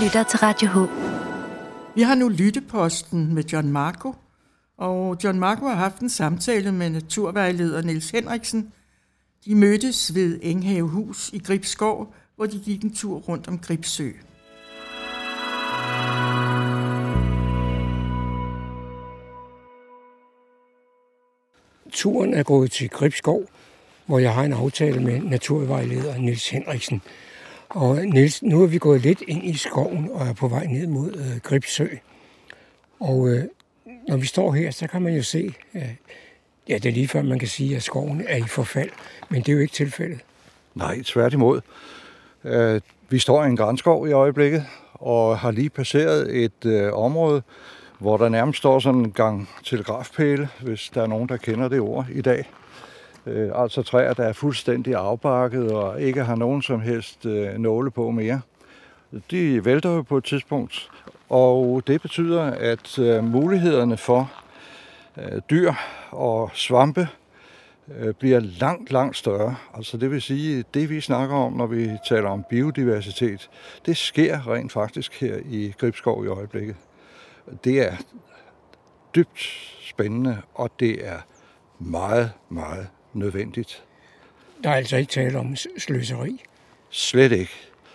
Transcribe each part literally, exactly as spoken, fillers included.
lytter til Radio H. Vi har nu lytteposten med John Marco, og John Marco har haft en samtale med naturvejleder Niels Henriksen. De mødtes ved Enghavehus i Gribskov, hvor de gik en tur rundt om Gribsø. Turen er gået til Gribskov, hvor jeg har en aftale med naturvejleder Niels Henriksen. Og Niels, nu er vi gået lidt ind i skoven og er på vej ned mod øh, Gribsø. Og øh, når vi står her, så kan man jo se, øh, ja, det er lige før man kan sige, at skoven er i forfald, men det er jo ikke tilfældet. Nej, tværtimod. Øh, vi står i en granskov i øjeblikket, og har lige passeret et øh, område, hvor der nærmest står sådan en gang telegrafpæle, hvis der er nogen, der kender det ord i dag. Øh, altså træer, der er fuldstændig afbakket og ikke har nogen som helst øh, nåle på mere. De vælter jo på et tidspunkt, og det betyder, at øh, mulighederne for øh, dyr og svampe øh, bliver langt, langt større. Altså det vil sige, det vi snakker om, når vi taler om biodiversitet, det sker rent faktisk her i Gribskov i øjeblikket. Det er dybt spændende, og det er meget, meget nødvendigt. Der er altså ikke tale om sløseri? Slet ikke.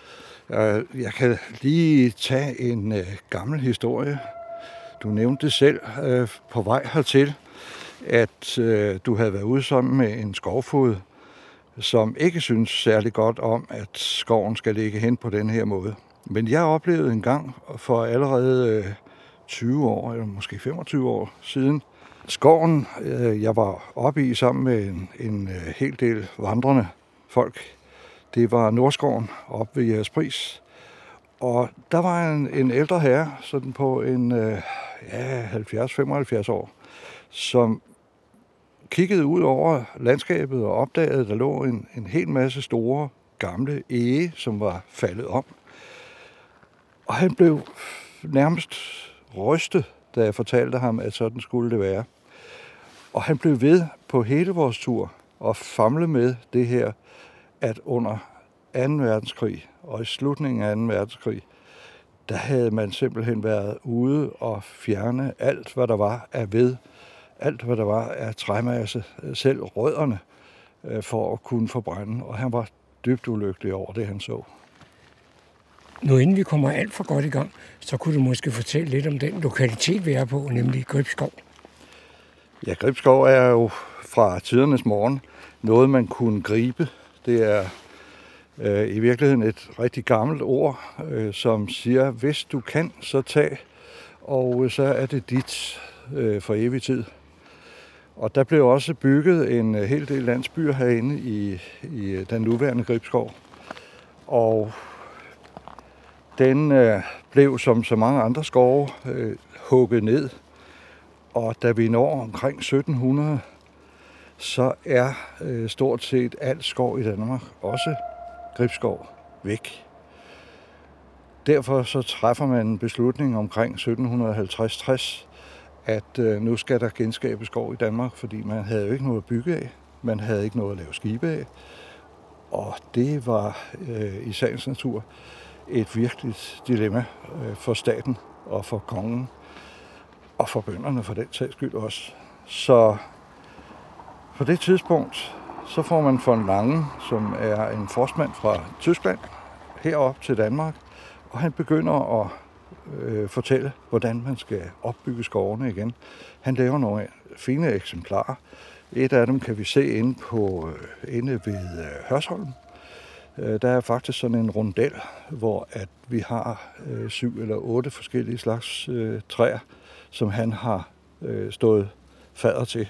Jeg kan lige tage en gammel historie. Du nævnte det selv på vej hertil, at du havde været ude sammen med en skovfod, som ikke synes særlig godt om, at skoven skal ligge hen på den her måde. Men jeg oplevede en gang for allerede tyve år, eller måske femogtyve år siden, skoven, jeg var oppe i sammen med en, en hel del vandrende folk. Det var Nordskoven oppe ved Jægerspris. Og der var en, en ældre herre, sådan på en ja, halvfjerds til femoghalvfjerds år, som kiggede ud over landskabet og opdagede, at der lå en, en hel masse store, gamle ege, som var faldet om. Og han blev nærmest rystet, da jeg fortalte ham, at sådan skulle det være. Og han blev ved på hele vores tur og famle med det her, at under anden verdenskrig og i slutningen af anden verdenskrig, der havde man simpelthen været ude og fjerne alt, hvad der var af ved, alt, hvad der var af træmasse, selv rødderne, for at kunne forbrænde. Og han var dybt ulykkelig over det, han så. Nu inden vi kommer alt for godt i gang, så kunne du måske fortælle lidt om den lokalitet, vi er på, nemlig Gribskov. Ja, Gribskov er jo fra tidernes morgen noget, man kunne gribe. Det er øh, i virkeligheden et rigtig gammelt ord, øh, som siger, hvis du kan, så tag, og så er det dit øh, for evig tid. Og der blev også bygget en hel del landsbyer herinde i, i den nuværende Gribskov. Og den øh, blev som så mange andre skove øh, hugget ned. Og da vi når omkring sytten hundrede, så er øh, stort set alt skov i Danmark, også Gribskov, væk. Derfor så træffer man en beslutning omkring sytten halvtreds tres, at øh, nu skal der genskabes skov i Danmark, fordi man havde jo ikke noget at bygge af, man havde ikke noget at lave skibe af. Og det var øh, i sagens natur et virkeligt dilemma øh, for staten og for kongen, og for bønderne for den sags skyld også. Så på det tidspunkt, så får man von Langen, som er en forstmand fra Tyskland, herop til Danmark, og han begynder at øh, fortælle, hvordan man skal opbygge skovene igen. Han laver nogle fine eksemplarer. Et af dem kan vi se inde, på, øh, inde ved øh, Hørsholm. Øh, der er faktisk sådan en rundel, hvor at vi har øh, syv eller otte forskellige slags øh, træer, som han har øh, stået fader til.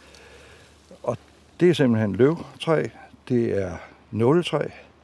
Og det er simpelthen løvtræ, det er nåletræ.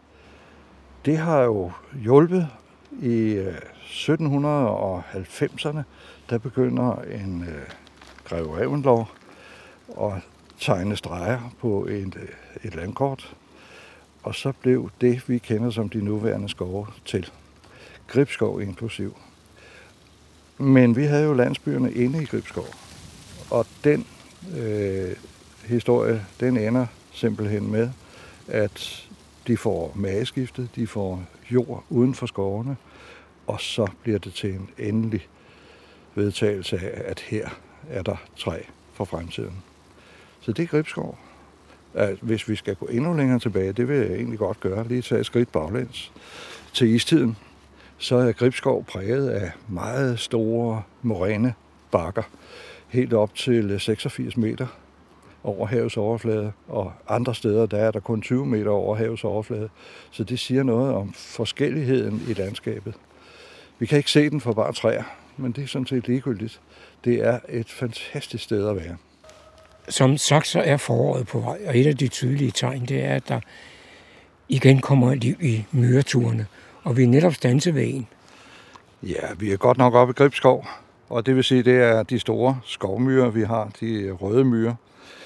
Det har jo hjulpet i øh, sytten halvfemserne, der begynder en øh, Grev Reventlow at tegne streger på et, et landkort. Og så blev det, vi kender som de nuværende skove, til. Gribskov inklusiv. Men vi havde jo landsbyerne inde i Gribskov. Og den øh, historie, den ender simpelthen med, at de får mageskiftet, de får jord uden for skovene, og så bliver det til en endelig vedtagelse af, at her er der træ for fremtiden. Så det er Gribskov. Hvis vi skal gå endnu længere tilbage, det vil jeg egentlig godt gøre, lige tage et skridt baglæns til istiden, så er Gribskov præget af meget store moræne bakker, helt op til seksogfirs meter over havets overflade, og andre steder der er der kun tyve meter over havets overflade. Så det siger noget om forskelligheden i landskabet. Vi kan ikke se den for bare træer, men det er sådan set ligegyldigt. Det er et fantastisk sted at være. Som sagt, så er foråret på vej, og et af de tydelige tegn, det er, at der igen kommer liv i myreturene, og vi er netop standset ved en. Ja, vi er godt nok oppe i Gribskov, og det vil sige, det er de store skovmyrer, vi har, de røde myrer,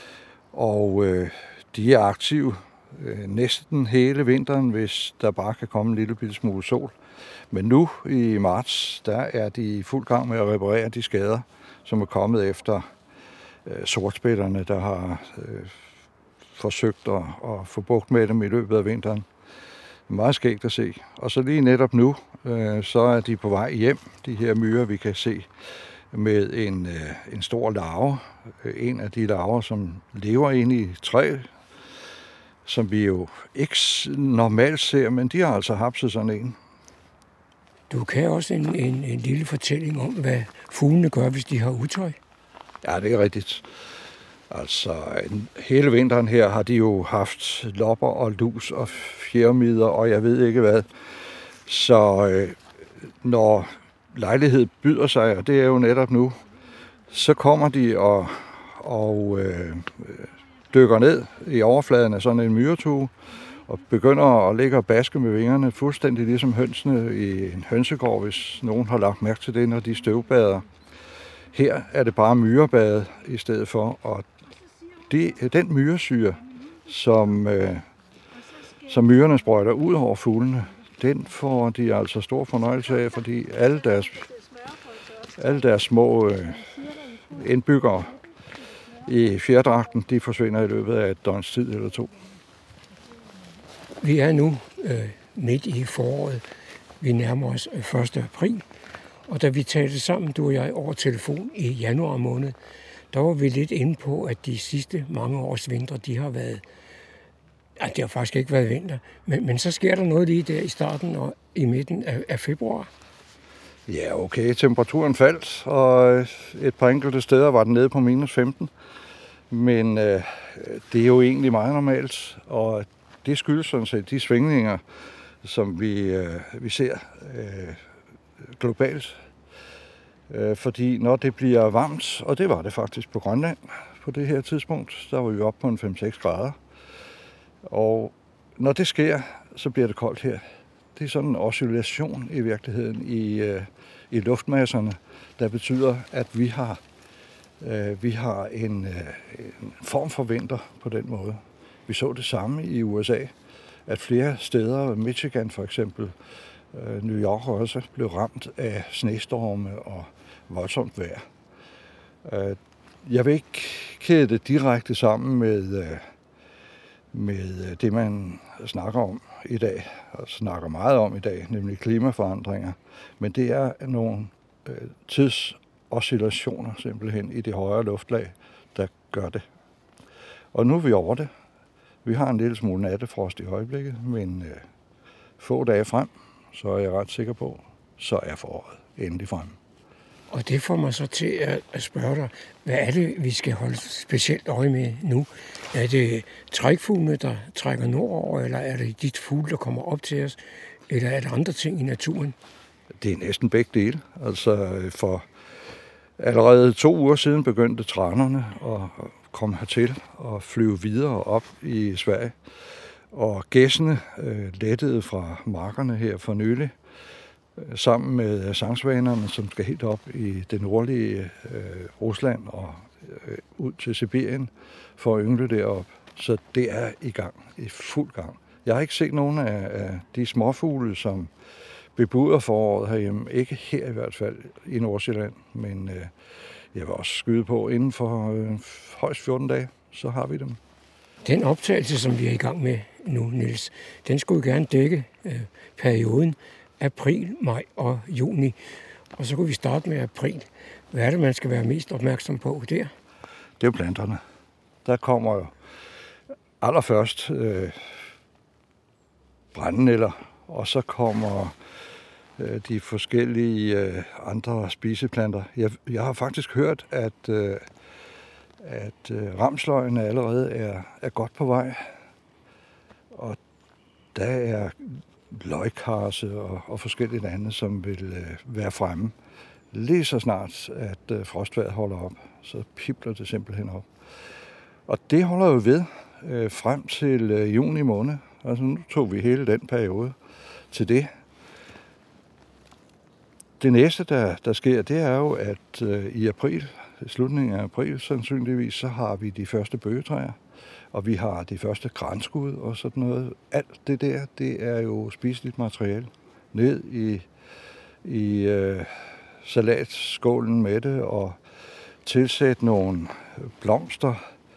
og øh, de er aktive øh, næsten hele vinteren, hvis der bare kan komme en lille bitte smule sol. Men nu i marts, der er de i fuld gang med at reparere de skader, som er kommet efter øh, sortspætterne, der har øh, forsøgt at, at få bugt med dem i løbet af vinteren. Meget skægt at se. Og så lige netop nu, øh, så er de på vej hjem, de her myrer, vi kan se, med en, øh, en stor larve. En af de larver, som lever inde i træ, som vi jo ikke normalt ser, men de har altså hapset sådan en. Du kan også en, en, en lille fortælling om, hvad fuglene gør, hvis de har utøj. Ja, det er rigtigt. Altså, hele vinteren her har de jo haft lopper og lus og fjermider, og jeg ved ikke hvad. Så øh, når lejlighed byder sig, og det er jo netop nu, så kommer de og, og øh, dykker ned i overfladen af sådan en myretue, og begynder at ligge og baske med vingerne, fuldstændig ligesom hønsene i en hønsegård, hvis nogen har lagt mærke til det, når de støvbader. Her er det bare myrebade i stedet for, og det, den myresyre, som, øh, som myrerne sprøjter ud over fuglene, den får de altså stor fornøjelse af, fordi alle deres, alle deres små øh, indbyggere i fjerdragten, de forsvinder i løbet af et døgns tid eller to. Vi er nu øh, midt i foråret. Vi nærmer os første april, og da vi talte sammen, du og jeg, over telefon i januar måned, der var vi lidt inde på, at de sidste mange års vintre, de har været, ja, det har faktisk ikke været vinter, men, men så sker der noget lige der i starten og i midten af, af februar. Ja, okay, temperaturen faldt, og et par enkelte steder var den nede på minus femten, men øh, det er jo egentlig meget normalt, og det skyldes sådan set de svingninger, som vi, øh, vi ser øh, globalt. Øh, fordi når det bliver varmt, og det var det faktisk på Grønland på det her tidspunkt, der var vi oppe på en fem seks grader. Og når det sker, så bliver det koldt her. Det er sådan en oscillation i virkeligheden i, øh, i luftmasserne, der betyder, at vi har, øh, vi har en, øh, en form for vinter på den måde. Vi så det samme i U S A, at flere steder, Michigan for eksempel, øh, New York også, blev ramt af snestorme og voldsomt vejr. Øh, jeg vil ikke kæde det direkte sammen med, øh, med det, man snakker om i dag, og snakker meget om i dag, nemlig klimaforandringer. Men det er nogle øh, tidsoscillationer simpelthen i det højere luftlag, der gør det. Og nu er vi over det. Vi har en lille smule nattefrost i øjeblikket, men øh, få dage frem, så er jeg ret sikker på, så er foråret endelig frem. Og det får mig så til at, at spørge dig, hvad er det, vi skal holde specielt øje med nu? Er det trækfuglene, der trækker nordover, eller er det de fugle, der kommer op til os, eller er det andre ting i naturen? Det er næsten begge dele. Altså for allerede to uger siden begyndte tranerne at komme hertil og flyve videre op i Sverige. Og gæssene øh, lettede fra markerne her for nylig, øh, sammen med sangsvanerne, som skal helt op i det nordlige øh, Rusland og øh, ud til Sibirien for at yngle derop. Så det er i gang, i fuld gang. Jeg har ikke set nogen af, af de småfugle, som bebuder foråret herhjemme. Ikke her i hvert fald i Nordsjælland, men øh, jeg vil også skyde på inden for øh, højst fjorten dage, så har vi dem. Den optagelse, som vi er i gang med nu, Niels, den skulle gerne dække øh, perioden april, maj og juni. Og så kunne vi starte med april. Hvad er det, man skal være mest opmærksom på der? Det er jo planterne. Der kommer jo allerførst øh, brændenælder, og så kommer øh, de forskellige øh, andre spiseplanter. Jeg, jeg har faktisk hørt, at, øh, at øh, ramsløgene allerede er, er godt på vej. Og der er løgkarse og, og forskelligt andet, som vil øh, være fremme. Lige så snart, at øh, frostvejret holder op, så pibler det simpelthen op. Og det holder jo ved øh, frem til øh, juni måned. Altså nu tog vi hele den periode til det. Det næste, der, der sker, det er jo, at øh, i april, i slutningen af april sandsynligvis, så har vi de første bøgetræer. Og vi har de første granskud og sådan noget. Alt det der, det er jo spiseligt materiale. Ned i, i øh, salatskålen med det, og tilsæt nogle blomster,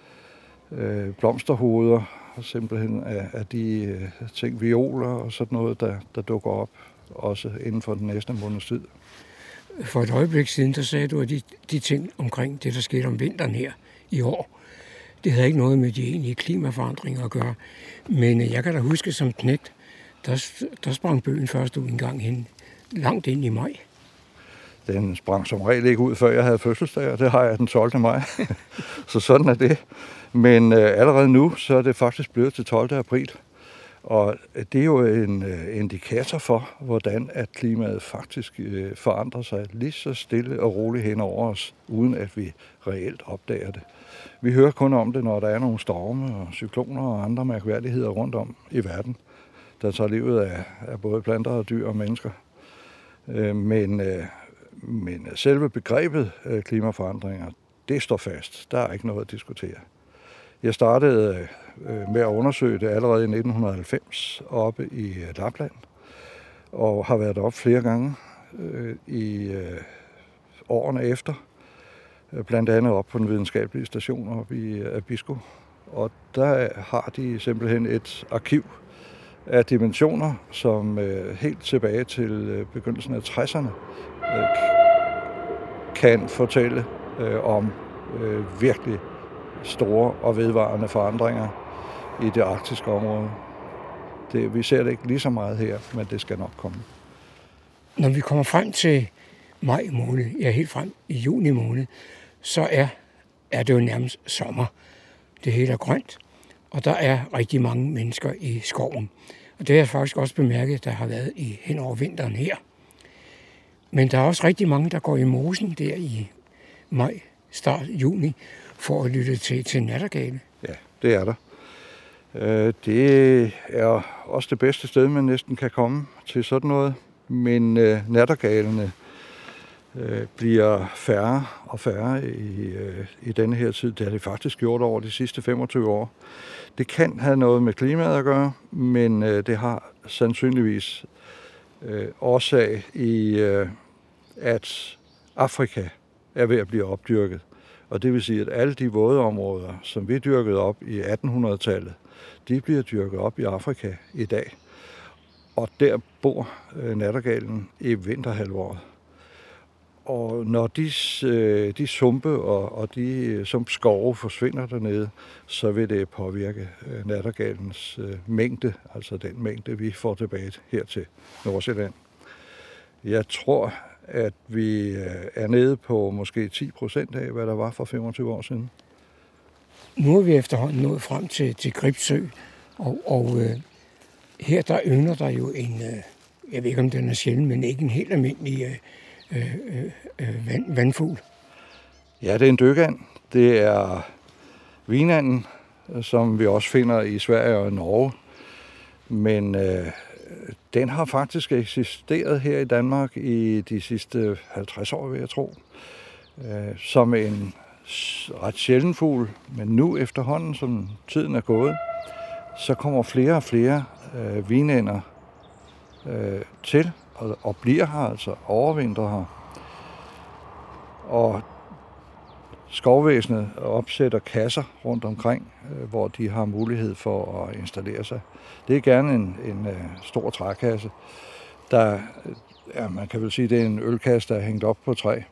øh, blomsterhoveder, simpelthen af, af de øh, ting, violer og sådan noget, der, der dukker op, også inden for den næste måneds tid. For et øjeblik siden, der sagde du, at de, de ting omkring det, der skete om vinteren her i år, det havde ikke noget med de egentlige klimaforandringer at gøre. Men jeg kan da huske som knægt, der, der sprang bøgen først ud en gang hen, langt ind i maj. Den sprang som regel ikke ud, før jeg havde fødselsdag, og det har jeg den tolvte maj. Så sådan er det. Men øh, allerede nu, så er det faktisk blevet til tolvte april. Og det er jo en øh, indikator for, hvordan at klimaet faktisk øh, forandrer sig lige så stille og roligt hen over os, uden at vi reelt opdager det. Vi hører kun om det, når der er nogle storme og cykloner og andre mærkværdigheder rundt om i verden, der tager livet af, af både planter og dyr og mennesker. Øh, men, øh, men selve begrebet øh, klimaforandringer, det står fast. Der er ikke noget at diskutere. Jeg startede øh, med at undersøge det allerede i nitten halvfems oppe i Lapland, og har været deroppe flere gange øh, i øh, årene efter. Blandt andet op på den videnskabelige station oppe i Abisko. Og der har de simpelthen et arkiv af dimensioner, som øh, helt tilbage til øh, begyndelsen af tresserne øh, kan fortælle øh, om øh, virkelig store og vedvarende forandringer i det arktiske område. Det, vi ser det ikke lige så meget her, men det skal nok komme. Når vi kommer frem til maj måned, ja helt frem i juni måned, så er, er det jo nærmest sommer. Det hele er grønt, og der er rigtig mange mennesker i skoven. Og det har jeg faktisk også bemærket, der har været i, hen over vinteren her. Men der er også rigtig mange, der går i mosen der i maj, start juni, for at lytte til, til nattergale. Ja, det er der. Det er også det bedste sted, man næsten kan komme til sådan noget. Men nattergalene bliver færre og færre i, i denne her tid. Det har det faktisk gjort over de sidste femogtyve år. Det kan have noget med klimaet at gøre, men det har sandsynligvis årsag i, at Afrika er ved at blive opdyrket. Og det vil sige, at alle de vådområder, som vi dyrkede op i attenhundredetallet, de bliver dyrket op i Afrika i dag. Og der bor nattergalen i vinterhalvåret. Og når de, de sumpe og, og de sumpskove forsvinder dernede, så vil det påvirke nattergalens mængde, altså den mængde, vi får tilbage her til Nordsjælland. Jeg tror, at vi er nede på måske ti procent af, hvad der var for femogtyve år siden. Nu er vi efterhånden nået frem til, til Gribsø, og, og øh, her der yngler der jo en, øh, jeg ved ikke om den er sjælden, men ikke en helt almindelig øh, øh, vand, vandfugl. Ja, det er en dykand. Det er vinanden, som vi også finder i Sverige og Norge. Men øh, den har faktisk eksisteret her i Danmark i de sidste halvtreds år, vil jeg tro. Øh, som en ret sjælden fugl, men nu efterhånden, som tiden er gået, så kommer flere og flere øh, vinænder øh, til og, og bliver her, altså overvintrer her. Og skovvæsenet opsætter kasser rundt omkring, øh, hvor de har mulighed for at installere sig. Det er gerne en, en øh, stor trækasse, der, ja, man kan vel sige, det er en ølkasse, der er hængt op på træ.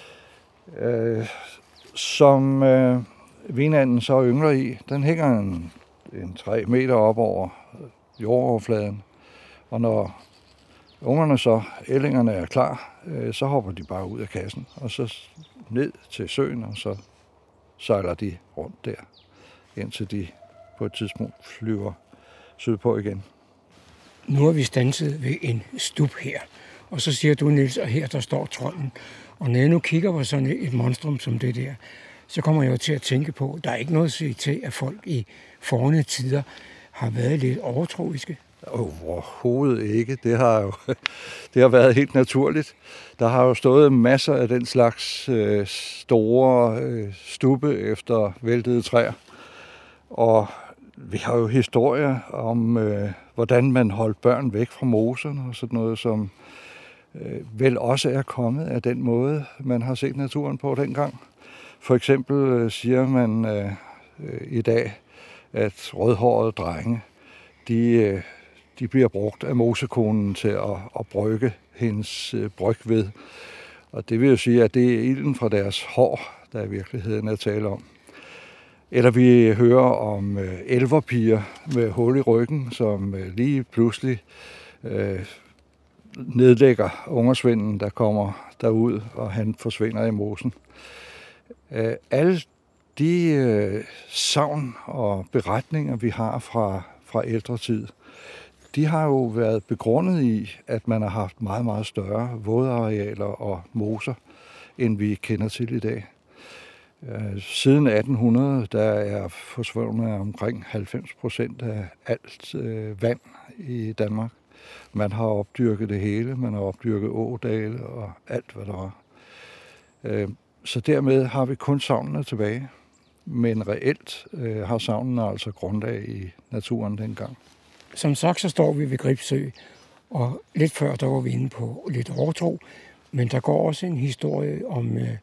Øh, som øh, vinanden så yngler i, den hænger en, en tre meter op over jordoverfladen. Og når ungerne så, ællingerne er klar, øh, så hopper de bare ud af kassen, og så ned til søen, og så sejler de rundt der, indtil de på et tidspunkt flyver sydpå igen. Nu er vi standset ved en stup her, og så siger du, Niels, at her der står trolden. Og når jeg nu kigger på sådan et monstrum som det der, så kommer jeg jo til at tænke på, at der er ikke noget at sige til, at folk i forne tider har været lidt overtroiske. Overhovedet ikke. Det har jo det har været helt naturligt. Der har jo stået masser af den slags øh, store øh, stubbe efter væltede træer. Og vi har jo historier om, øh, hvordan man holdt børn væk fra moserne og sådan noget, som øh, vel også er kommet af den måde, man har set naturen på dengang. For eksempel øh, siger man øh, øh, i dag, at rødhårede drenge, de, øh, de bliver brugt af mosekonen til at, at brygge hendes øh, bryg ved. Og det vil jo sige, at det er ilden fra deres hår, der i virkeligheden er tale om. Eller vi hører om øh, elverpiger med hul i ryggen, som øh, lige pludselig øh, nedlægger ungersvenden, der kommer derud, og han forsvinder i mosen. Øh, alle de øh, sagn og beretninger, vi har fra, fra ældre tid, de har jo været begrundet i, at man har haft meget, meget større vådarealer og moser, end vi kender til i dag. Siden atten hundrede, der er forsvundet omkring halvfems procent af alt øh, vand i Danmark. Man har opdyrket det hele, man har opdyrket ådale og alt, hvad der var. Øh, så dermed har vi kun savnene tilbage, men reelt øh, har savnene altså grundlag i naturen dengang. Som sagt, så står vi ved Gribsø, og lidt før, der var vi inde på lidt overtro, men der går også en historie om... Øh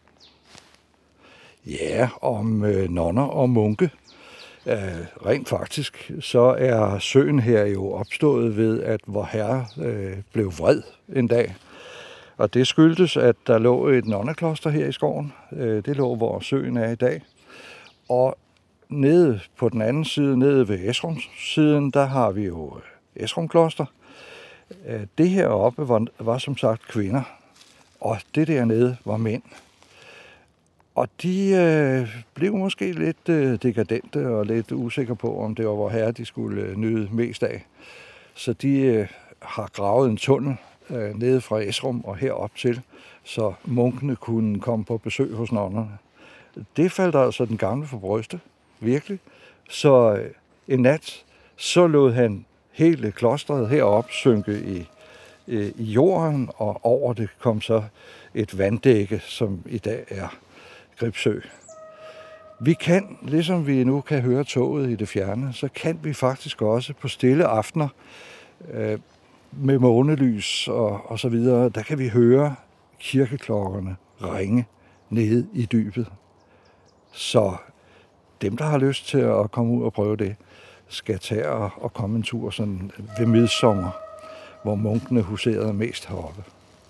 Ja, om øh, nonner og munke. Øh, rent faktisk, så er søen her jo opstået ved, at Vorherre øh, blev vred en dag. Og det skyldtes, at der lå et nonnekloster her i skoven. Øh, det lå, hvor søen er i dag. Og nede på den anden side, nede ved Esrum-siden, der har vi jo Esrum-kloster. Øh, det heroppe var, var som sagt kvinder, og det dernede var mænd. Og de øh, blev måske lidt øh, dekadente og lidt usikre på, om det var Vorherre, de skulle øh, nyde mest af. Så de øh, har gravet en tunnel øh, nede fra Esrum og herop til, så munkene kunne komme på besøg hos nonnerne. Det faldt altså den gamle for bryste, virkelig. Så øh, en nat, så lod han hele klostret herop synke i, øh, i jorden, og over det kom så et vanddække, som i dag er Gribsø. Vi kan, ligesom vi nu kan høre toget i det fjerne, så kan vi faktisk også på stille aftener øh, med månelys og, og så videre, der kan vi høre kirkeklokkerne ringe nede i dybet. Så dem, der har lyst til at komme ud og prøve det, skal tage og, og komme en tur sådan ved midsommer, hvor munkene huserede mest heroppe.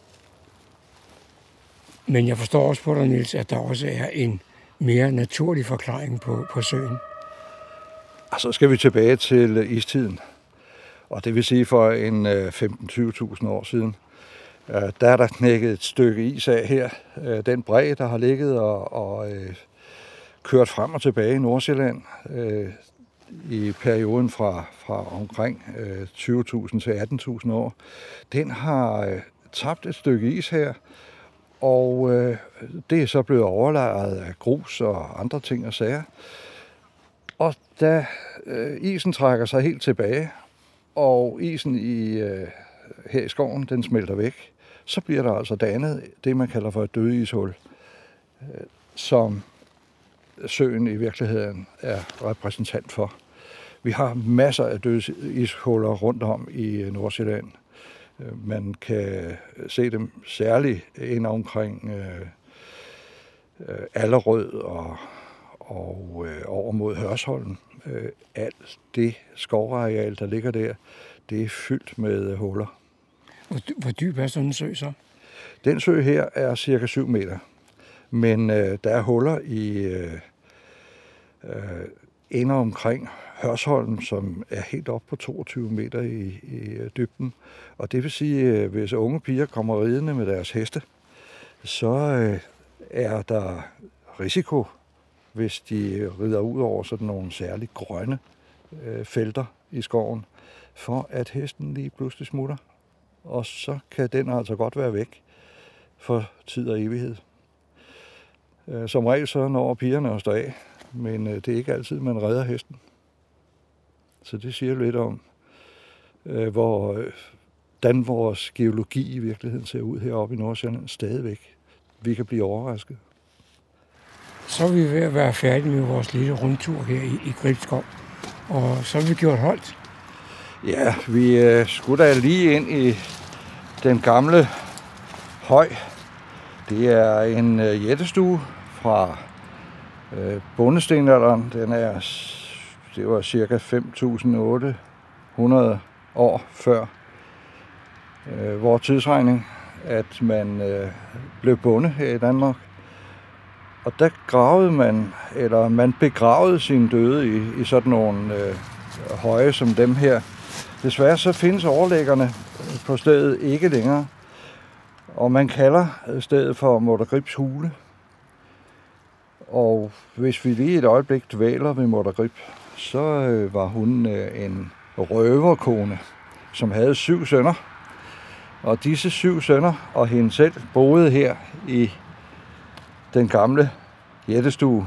Men jeg forstår også på dig, Niels, at der også er en mere naturlig forklaring på, på søen. Og så skal vi tilbage til istiden. Og det vil sige for en femten til tyve tusind år siden. Der er der knækket et stykke is af her. Den bræ, der har ligget og, og øh, kørt frem og tilbage i Nordsjælland øh, i perioden fra, fra omkring øh, tyve tusind til atten tusind år, den har øh, tabt et stykke is her. Og øh, det er så blevet overlejret af grus og andre ting og sager. Og da øh, isen trækker sig helt tilbage, og isen i, øh, her i skoven, den smelter væk, så bliver der altså dannet det, man kalder for et dødishul, øh, som søen i virkeligheden er repræsentant for. Vi har masser af dødsishuller rundt om i Nordsjælland. Man kan se dem særligt ind omkring øh, Allerød og, og øh, over mod Hørsholm. Øh, alt det skovareal, der ligger der, det er fyldt med huller. Hvor, hvor dyb er sådan en sø så? Den sø her er cirka syv meter, men øh, der er huller i øh, øh, ender omkring Hørsholm, som er helt op på toogtyve meter i, i dybden. Og det vil sige, at hvis unge piger kommer ridende med deres heste, så øh, er der risiko, hvis de rider ud over sådan nogle særligt grønne øh, felter i skoven, for at hesten lige pludselig smutter. Og så kan den altså godt være væk for tid og evighed. Øh, som regel så når pigerne at stå af, men øh, det er ikke altid, man redder hesten. Så det siger lidt om, øh, hvor, øh, hvordan vores geologi i virkeligheden ser ud heroppe i Nordsjælland stadigvæk. Vi kan blive overrasket. Så er vi ved at være færdige med vores lille rundtur her i, i Gribskov, og så har vi gjort holdt. Ja, vi øh, skulle da lige ind i den gamle høj. Det er en øh, jættestue fra øh, bondestenalderen. Den er, det var cirka fem tusind otte hundrede år før øh, vores tidsregning, at man øh, blev bonde her i Danmark. Og der gravede man, eller man begravede sine døde i, i sådan nogle øh, høje som dem her. Desværre så findes overlæggerne på stedet ikke længere, og man kalder stedet for Mutter Gribs Hule. Og hvis vi lige et øjeblik dvæler ved Mutter Grib, så øh, var hun øh, en røverkone, som havde syv sønner. Og disse syv sønner og hende selv boede her i den gamle jættestue.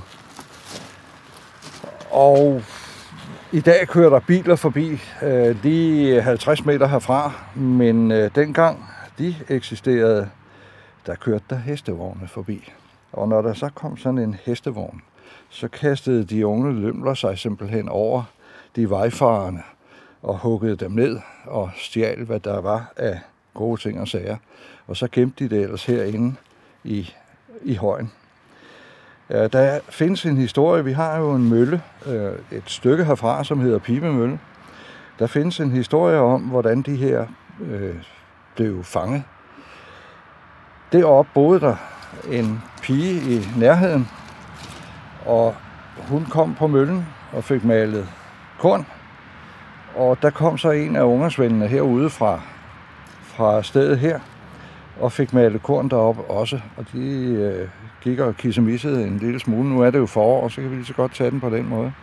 Og i dag kører der biler forbi øh, lige halvtreds meter herfra, men øh, dengang de eksisterede, der kørte der hestevogne forbi. Og når der så kom sådan en hestevogn, så kastede de unge lømler sig simpelthen over de vejfarende og huggede dem ned og stjal, hvad der var af gode ting og sager. Og så gemte de det ellers herinde i, i højen. Ja, der findes en historie. Vi har jo en mølle, et stykke herfra, som hedder Pibemølle. Der findes en historie om, hvordan de her øh, blev fanget. Deroppe boede der en pige i nærheden, og hun kom på møllen og fik malet korn. Og der kom så en af ungersvendene herude fra, fra stedet her, og fik malet korn deroppe også. Og de øh, gik og kissemissede en lille smule. Nu er det jo forår, så kan vi lige så godt tage den på den måde.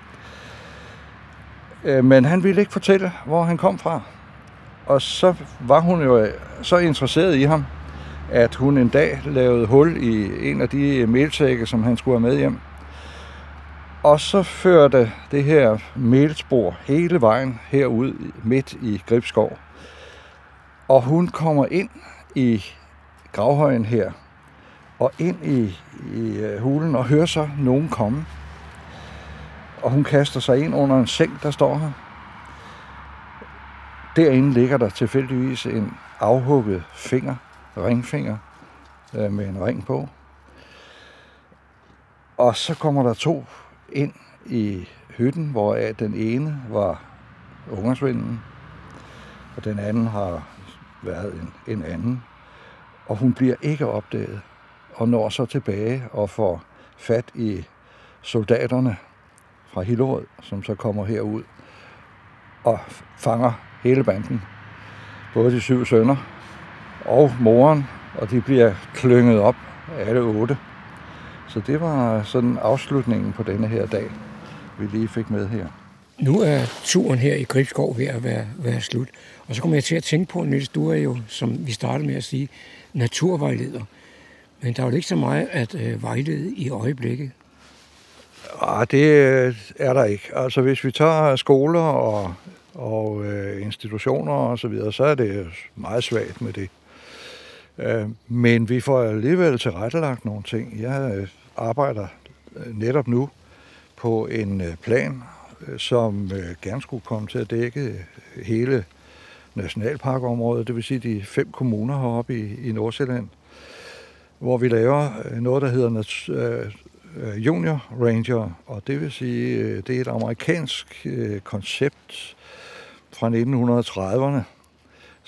Øh, men han ville ikke fortælle, hvor han kom fra. Og så var hun jo så interesseret i ham, at hun en dag lavede hul i en af de melsække, som han skulle have med hjem. Og så førte det her melspor hele vejen herud midt i Gribskov. Og hun kommer ind i gravhøjen her, og ind i, i hulen, og hører så nogen komme. Og hun kaster sig ind under en seng, der står her. Derinde ligger der tilfældigvis en afhugget finger, ringfinger, øh, med en ring på. Og så kommer der to ind i hytten, hvoraf den ene var ungersvenden, og den anden har været en, en anden. Og hun bliver ikke opdaget, og når så tilbage og får fat i soldaterne fra Hillerød, som så kommer herud og fanger hele banden. Både de syv sønner og moren, og de bliver klynget op, alle otte. Så det var sådan afslutningen på denne her dag, vi lige fik med her. Nu er turen her i Gribskov ved at være, være slut. Og så kommer jeg til at tænke på, Niels, du er jo, som vi startede med at sige, naturvejleder. Men der er jo ikke så meget at øh, vejlede i øjeblikket. Ah, det er der ikke. Altså hvis vi tager skoler og, og øh, institutioner og så videre, så er det meget svagt med det. Øh, men vi får alligevel tilrettelagt nogle ting. Jeg øh, arbejder netop nu på en øh, plan, øh, som øh, gerne skulle komme til at dække hele nationalparkområdet, det vil sige de fem kommuner heroppe i, i Nordsjælland, hvor vi laver noget, der hedder øh, Junior Ranger, og det vil sige, det er et amerikansk koncept fra nitten trediverne,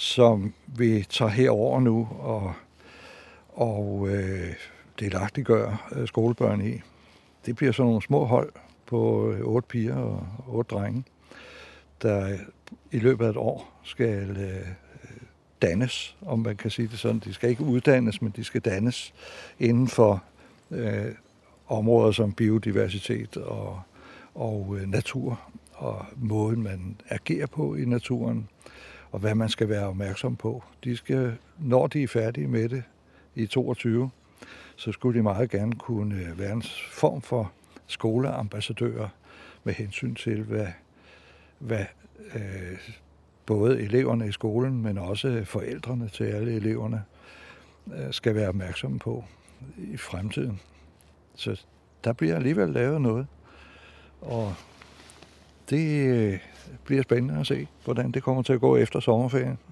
som vi tager herover nu og, og øh, delagtiggør øh, skolebørn i. Det bliver sådan nogle små hold på otte piger og otte drenge, der i løbet af et år skal øh, dannes, om man kan sige det sådan. De skal ikke uddannes, men de skal dannes inden for øh, områder som biodiversitet og, og øh, natur, og måden man agerer på i naturen, og hvad man skal være opmærksom på. De skal, når de er færdige med det i toogtyve, så skulle de meget gerne kunne være en form for skoleambassadører med hensyn til, hvad, hvad øh, både eleverne i skolen, men også forældrene til alle eleverne, øh, skal være opmærksomme på i fremtiden. Så der bliver alligevel lavet noget, og det bliver spændende at se, hvordan det kommer til at gå efter sommerferien.